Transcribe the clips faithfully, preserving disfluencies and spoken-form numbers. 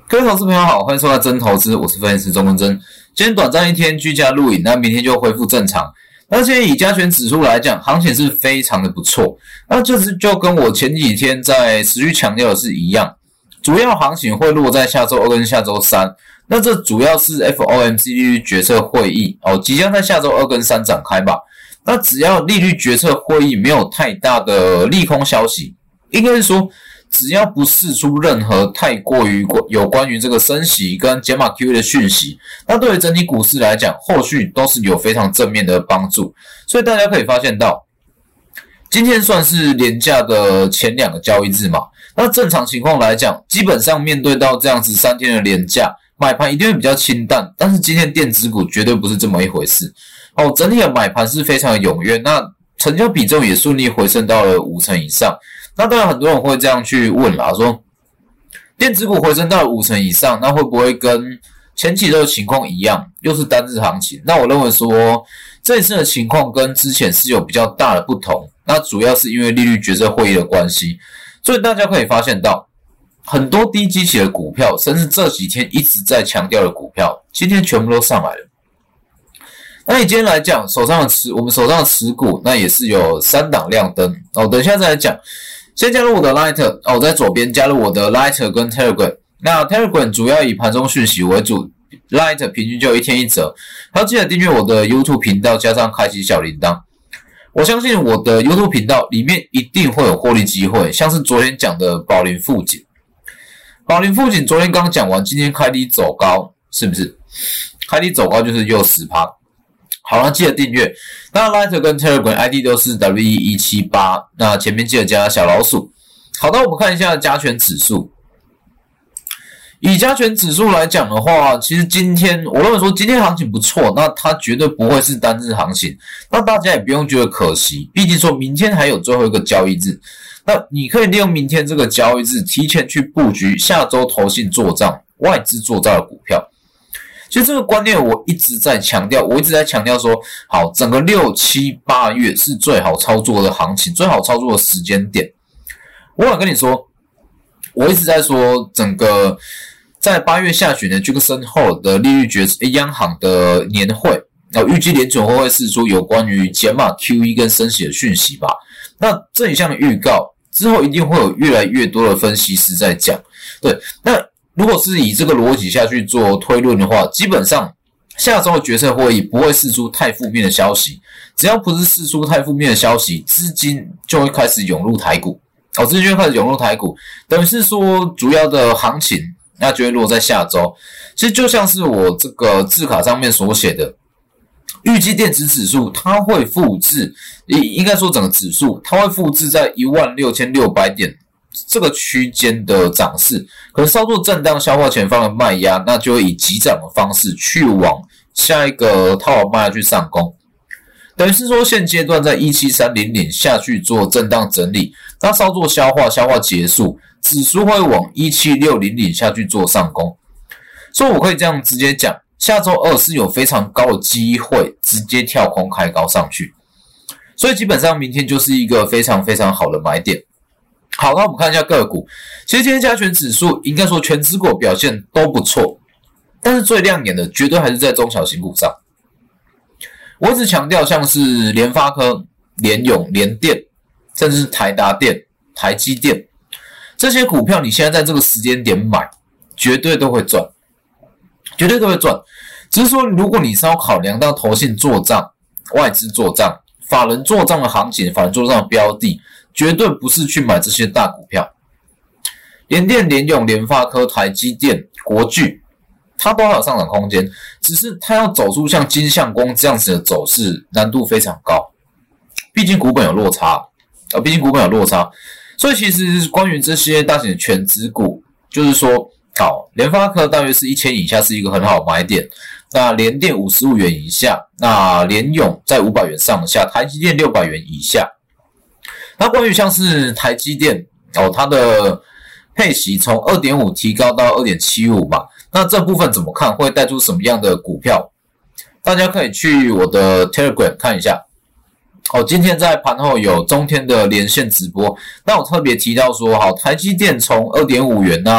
各位投资朋友好，欢迎收看真投资，我是分析师钟文真。今天短暂一天居家录影，那明天就恢复正常。那现在以加权指数来讲，行情是非常的不错。那这是就跟我前几天在持续强调的是一样，主要行情会落在下周二跟下周三。那这主要是 F O M C 利率决策会议哦，即将在下周二跟三展开吧。那只要利率决策会议没有太大的利空消息，应该是说只要不释出任何太过于有关于这个升息跟减码 Q E 的讯息，那对于整体股市来讲，后续都是有非常正面的帮助。所以大家可以发现到，今天算是连假的前两个交易日嘛。那正常情况来讲，基本上面对到这样子三天的连假，买盘一定会比较清淡。但是今天电子股绝对不是这么一回事哦，整体的买盘是非常的踊跃，那成交比重也顺利回升到了五成以上。那当然很多人会这样去问啦，说电子股回升到了五成以上，那会不会跟前几周的情况一样，又是单日行情？那我认为说这一次的情况跟之前是有比较大的不同，那主要是因为利率决策会议的关系。所以大家可以发现到，很多低基期的股票，甚至这几天一直在强调的股票，今天全部都上来了。那以今天来讲，手上的持我们手上的持股，那也是有三档亮灯哦。等一下再来讲。先加入我的 Light 哦，在左边加入我的 Light 跟 Telegram。那 Telegram 主要以盘中讯息为主 ，Light 平均就一天一则。还要记得订阅我的 YouTube 频道，加上开启小铃铛。我相信我的 YouTube 频道里面一定会有获利机会，像是昨天讲的宝林富锦。宝林富锦昨天刚讲完，今天开低走高，是不是？开低走高就是又 百分之十。好了，记得订阅。那 Light 跟 Telegram I D 都是 W E 一七八， 那前面记得加小老鼠。好的，我们看一下加权指数。以加权指数来讲的话，其实今天我认为说今天行情不错，那它绝对不会是单日行情。那大家也不用觉得可惜，毕竟说明天还有最后一个交易日。那你可以利用明天这个交易日，提前去布局下周投信做账、外资做账的股票。其实这个观念我一直在强调，我一直在强调说，好，整个六七八月是最好操作的行情，最好操作的时间点。我想跟你说，我一直在说，整个在八月下旬的 Jackson Hole 的利率决策，央行的年会，然后预计联准会会释出有关于减码 Q E 跟升息的讯息吧。那这一项的预告之后，一定会有越来越多的分析师在讲。对，那如果是以这个逻辑下去做推论的话，基本上下周的决策会议不会释出太负面的消息，只要不是释出太负面的消息，资金就会开始涌入台股，哦，资金就会开始涌入台股，等于是说主要的行情那就会落在下周。其实就像是我这个字卡上面所写的，预计电子指数它会复制，应该说整个指数它会复制在 一万六千六百 点这个区间的涨势，可能稍作震荡消化前方的卖压，那就会以急涨的方式去往下一个套牢卖压去上攻。等于是说现阶段在一七三零零下去做震荡整理，那稍作消化，消化结束，指数会往一七六零零下去做上攻。所以我可以这样直接讲，下周二是有非常高的机会直接跳空开高上去。所以基本上明天就是一个非常非常好的买点。好，那我们看一下个股。其实今天加权指数应该说全指股表现都不错，但是最亮眼的绝对还是在中小型股上。我一直强调，像是联发科、联咏、联电，甚至是台达电、台积电这些股票，你现在在这个时间点买，绝对都会赚，绝对都会赚。只是说，如果你是要考量到投信做账、外资做账、法人做账的行情、法人做账的标的，绝对不是去买这些大股票，联电、联咏、联发科、台积电、国巨，它都还有上涨空间，只是它要走出像金相光这样子的走势，难度非常高。毕竟股本有落差，啊，毕竟股本有落差，所以其实关于这些大型的全指股，就是说，好，联发科大约是一千以下是一个很好的买点，那联电五十五元以下，那联咏在五百元上下，台积电六百元以下。那关于像是台积电哦，它的配息从 二点五 提高到 二点七五 嘛，那这部分怎么看，会带出什么样的股票？大家可以去我的 Telegram 看一下。哦，今天在盘后有中天的连线直播，那我特别提到说，好，台积电从 二点五 元啊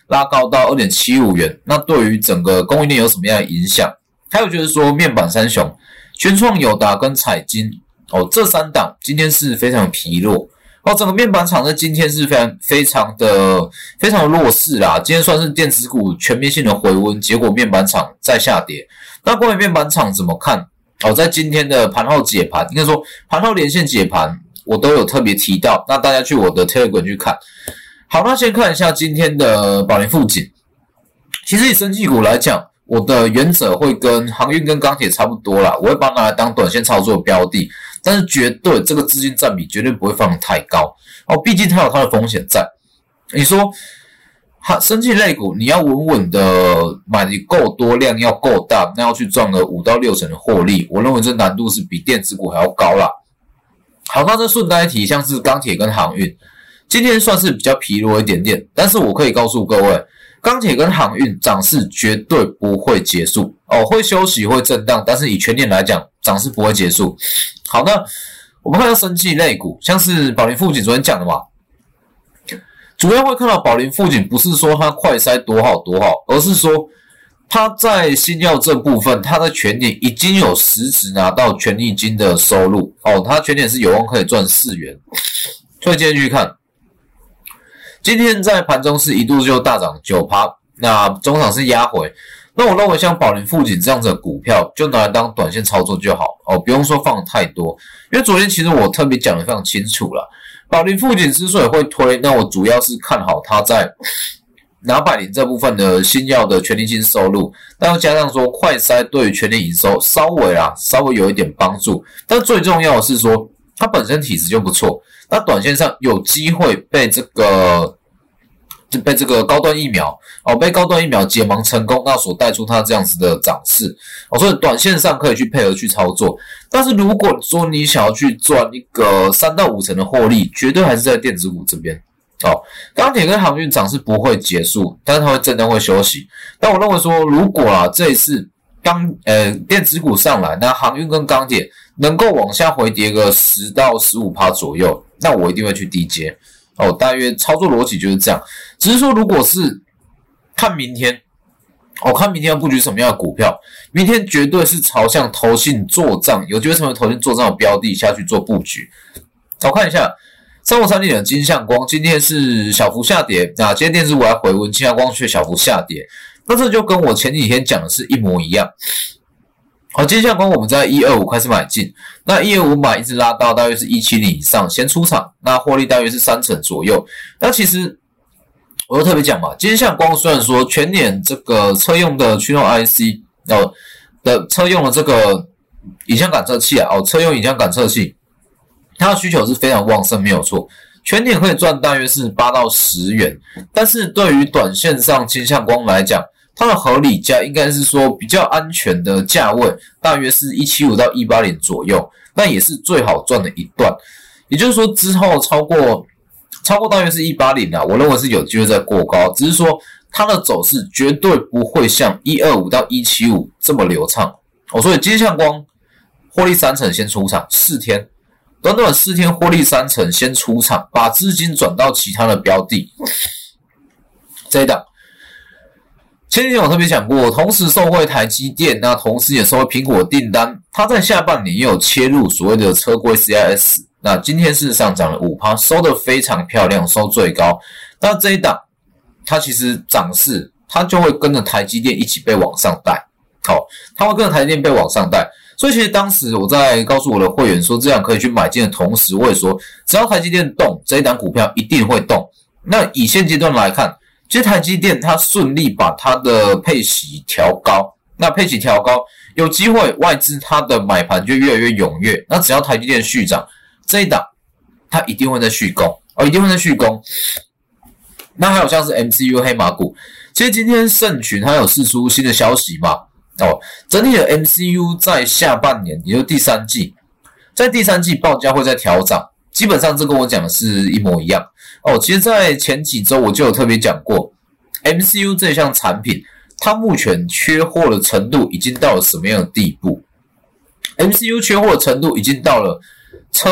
拉高到 二点七五元，那对于整个供应链有什么样的影响？还有就是说面板三雄群创、友达跟彩晶哦，这三档今天是非常疲弱哦，整个面板厂在今天是非常非常的非常的弱势啦。今天算是电子股全面性的回温，结果面板厂再下跌。那关于面板厂怎么看？哦，在今天的盘后解盘，应该说盘后连线解盘，我都有特别提到，那大家去我的 Telegram 去看。好，那先看一下今天的宝联富锦。其实以生技股来讲，我的原则会跟航运跟钢铁差不多啦，我会把它拿来当短线操作的标的，但是绝对这个资金占比绝对不会放得太高哦，毕竟它有它的风险在。你说生技类股你要稳稳的买的够多，量要够大，那要去赚个五到六成的获利，我认为这难度是比电子股还要高啦。好，那这顺带一提，像是钢铁跟航运今天算是比较疲弱一点点，但是我可以告诉各位，钢铁跟航运涨势绝对不会结束哦，会休息会震荡，但是以全年来讲，涨势不会结束。好，那我们看到生技类股，像是宝联富锦昨天讲的嘛，主要会看到宝联富锦不是说它快筛多好多好，而是说它在新药这部分，它在全年已经有实质拿到权利金的收入哦，它全年是有望可以赚四元。所以今天去看。今天在盘中是一度就大涨 百分之九， 那中场是压回，那我认为像宝联富锦这样子的股票就拿来当短线操作就好哦，不用说放得太多，因为昨天其实我特别讲得非常清楚了，宝联富锦之所以会推，那我主要是看好它在拿百灵这部分的新药的权利金收入，那又加上说快筛对于权利营收稍微啦稍微有一点帮助，但最重要的是说它本身体质就不错，那短线上有机会被这个被这个高端疫苗哦，被高端疫苗解盲成功，那所带出它这样子的涨势哦，所以短线上可以去配合去操作。但是如果说你想要去赚一个三到五成的获利，绝对还是在电子股这边哦。钢铁跟航运涨势不会结束，但是它会震荡会休息。但我认为说，如果啊这一次钢呃电子股上来，那航运跟钢铁能够往下回跌个 百分之十到百分之十五 左右，那我一定会去低接。哦，大约操作逻辑就是这样，只是说如果是看明天，哦，看明天要布局什么样的股票，明天绝对是朝向投信做账，有机会成为投信做账的标的下去做布局。我看一下三五三零的金相光，今天是小幅下跌，那今天电子股还回温，金相光却小幅下跌，那这就跟我前几天讲的是一模一样。好，金相光我们在一二五开始买进，那一二五买一直拉到大约是一七零以上，先出场，那获利大约是三成左右。那其实我又特别讲嘛，金相光虽然说全年这个车用的驱动 I C 哦的车用的这个影像感测器啊，哦车用影像感测器，它的需求是非常旺盛，没有错。全年可以赚大约是八到十元，但是对于短线上金相光来讲，它的合理价应该是说比较安全的价位，大约是一七五到一八零左右，那也是最好赚的一段。也就是说之后超过超过大约是一八零啊，我认为是有机会再过高，只是说它的走势绝对不会像一二五到一七五这么流畅。哦，所以金相光获利三成先出场，四天短短四天获利三成先出场，把资金转到其他的标的。这一档前几天我特别讲过，同时受惠台积电，那同时也受惠苹果订单，它在下半年也有切入所谓的车规 C I S， 那今天事实上涨了 百分之五， 收得非常漂亮，收最高。那这一档它其实涨势它就会跟着台积电一起被往上带，好，它会跟着台积电被往上带。所以其实当时我在告诉我的会员说这样可以去买进的同时，我也说只要台积电动，这一档股票一定会动。那以现阶段来看，其实台积电它顺利把它的配息调高，那配息调高，有机会外资它的买盘就越来越踊跃。那只要台积电续涨，这一档它一定会再续攻，哦，一定会再续攻。那还有像是 M C U 黑马股，其实今天盛群它有释出新的消息嘛，哦，整体的 M C U 在下半年，也就是第三季，在第三季报价会再调涨，基本上这跟我讲的是一模一样。哦，其实在前几周我就有特别讲过 M C U 这项产品它目前缺货的程度已经到了什么样的地步。 M C U 缺货的程度已经到了车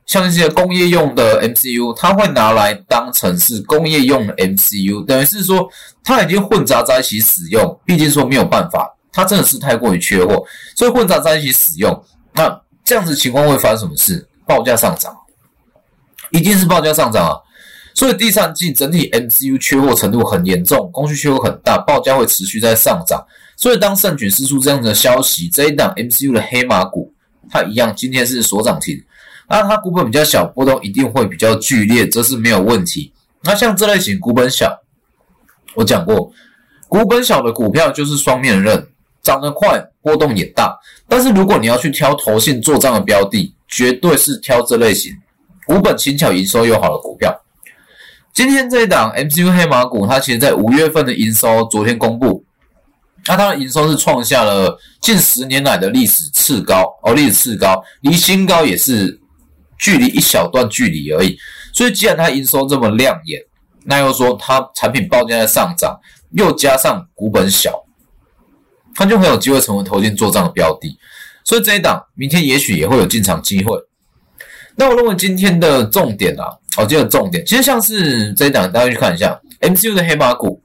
像一些工业用的 M C U， 它会拿来当成是工业用的 M C U， 等于是说它已经混杂在一起使用，毕竟说没有办法，它真的是太过于缺货，所以混杂在一起使用。那这样子情况会发生什么事？报价上涨，一定是报价上涨啊。所以第三季整体 M C U 缺货程度很严重，供需缺货很大，报价会持续在上涨。所以当盛群释出这样的消息，这一档 M C U 的黑马股，它一样今天是锁涨停。那它股本比较小，波动一定会比较剧烈，这是没有问题。那像这类型股本小，我讲过，股本小的股票就是双面刃，涨得快，波动也大。但是如果你要去挑投信做账的标的，绝对是挑这类型股本轻巧、营收又好的股票。今天这一档 M C U 黑马股，它其实在五月份的营收昨天公布，那它的营收是创下了近十年来的历史次高哦，历史次高，离新高也是距离一小段距离而已。所以既然它营收这么亮眼，那又说它产品报价在上涨，又加上股本小，它就很有机会成为投信做账的标的。所以这一档明天也许也会有进场机会。那我认为今天的重点啊，哦，今天的重点其实像是这一档，大家去看一下 M C U 的黑马股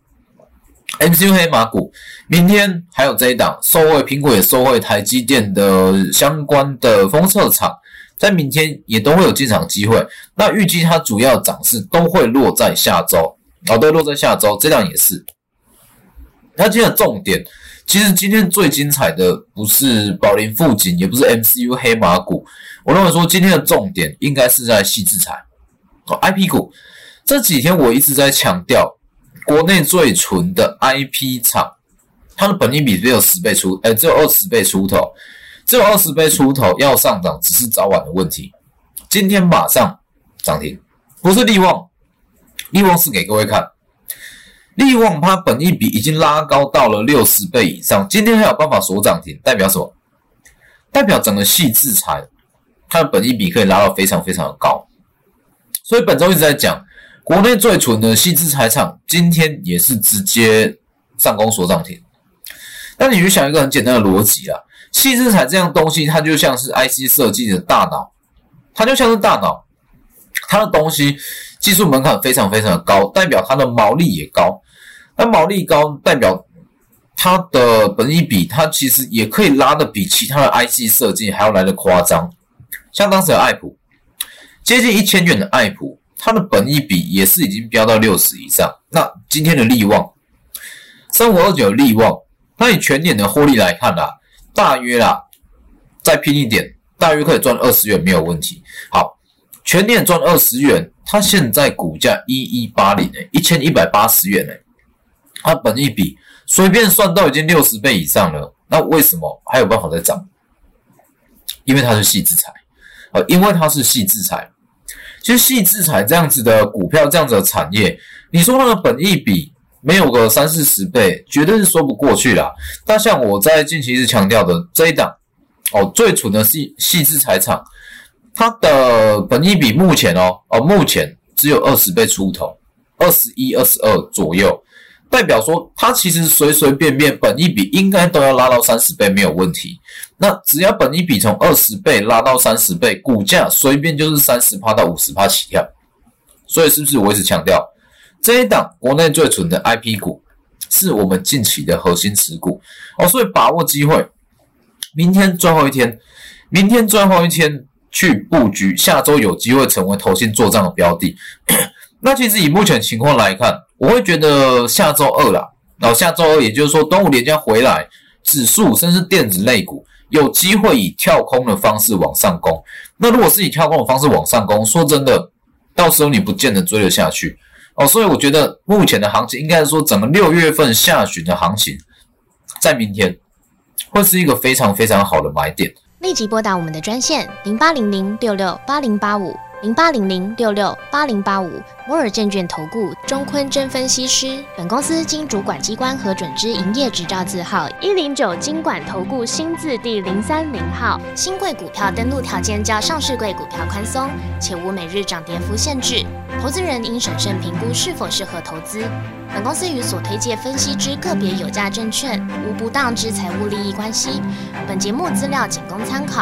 ，M C U 黑马股，明天还有这一档受惠苹果也受惠台积电的相关的封测厂，在明天也都会有进场机会。那预计它主要涨势都会落在下周，哦，都落在下周，这档也是。那今天的重点，其实今天最精彩的不是宝林富锦，也不是 M C U 黑马股，我认为说今天的重点应该是在矽智财、哦、I P 股。这几天我一直在强调，国内最纯的 I P 厂，它的本益比只有十倍出，呃，只有二十倍出头，只有二十倍出头，要上涨只是早晚的问题。今天马上涨停，不是力旺，力旺是给各位看。力旺它本益比已经拉高到了六十倍以上，今天还有办法锁涨停，代表什么？代表整个矽智财它的本益比可以拉到非常非常的高。所以本周一直在讲，国内最纯的矽智财厂今天也是直接上攻锁涨停。那你就想一个很简单的逻辑啦，矽智财这样东西，它就像是 I C 设计的大脑，它就像是大脑，它的东西技术门槛非常非常的高，代表它的毛利也高。那毛利高代表它的本益比，它其实也可以拉得比其他的 I C 设计还要来得夸张。像当时的爱普，接近一千元的爱普，它的本益比也是已经飙到六十以上。那今天的力旺三五二九的力旺，那以全年的获利来看啦，大约啦再拼一点，大约可以赚二十元没有问题。好，全年赚二十元，它现在股价一一八零诶 一千一百八十元诶，它本益比随便算都已经六十倍以上了，那为什么还有办法再涨？因为它是矽智财，呃，因为它是矽智财。其实矽智财这样子的股票，这样子的产业，你说它的本益比没有个三四十倍，绝对是说不过去啦。但像我在近期一直强调的这一档，哦，最纯的矽矽智财厂，它的本益比目前哦，哦，目前只有二十倍出头，二十一、二十二左右。代表说它其实随随便便本益比应该都要拉到三十倍没有问题。那只要本益比从二十倍拉到三十倍，股价随便就是 百分之三十 到 百分之五十 起跳。所以是不是我一直强调，这一档国内最纯的 I P 股是我们近期的核心持股哦，所以把握机会，明天最后一天，明天最后一天去布局，下周有机会成为投信做账的标的。那其实以目前情况来看，我会觉得下周二啦，然后下周二也就是说端午连假回来，指数甚至电子类股有机会以跳空的方式往上攻。那如果是以跳空的方式往上攻，说真的，到时候你不见得追得下去哦。所以我觉得目前的行情应该是说整个六月份下旬的行情，在明天会是一个非常非常好的买点。 立即拨打我们的专线零八零零六六八零八五。零八零零六六八零八五摩尔证券投顾钟坤真分析师，本公司经主管机关核准之营业执照字号一零九金管投顾新字第零三零号。新贵股票登录条件较上市贵股票宽松，且无每日涨跌幅限制。投资人应审慎评估是否适合投资。本公司与所推介分析之个别有价证券无不当之财务利益关系。本节目资料仅供参考。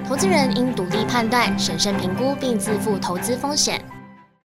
投资人应独立判断、审慎评估并自负投资风险。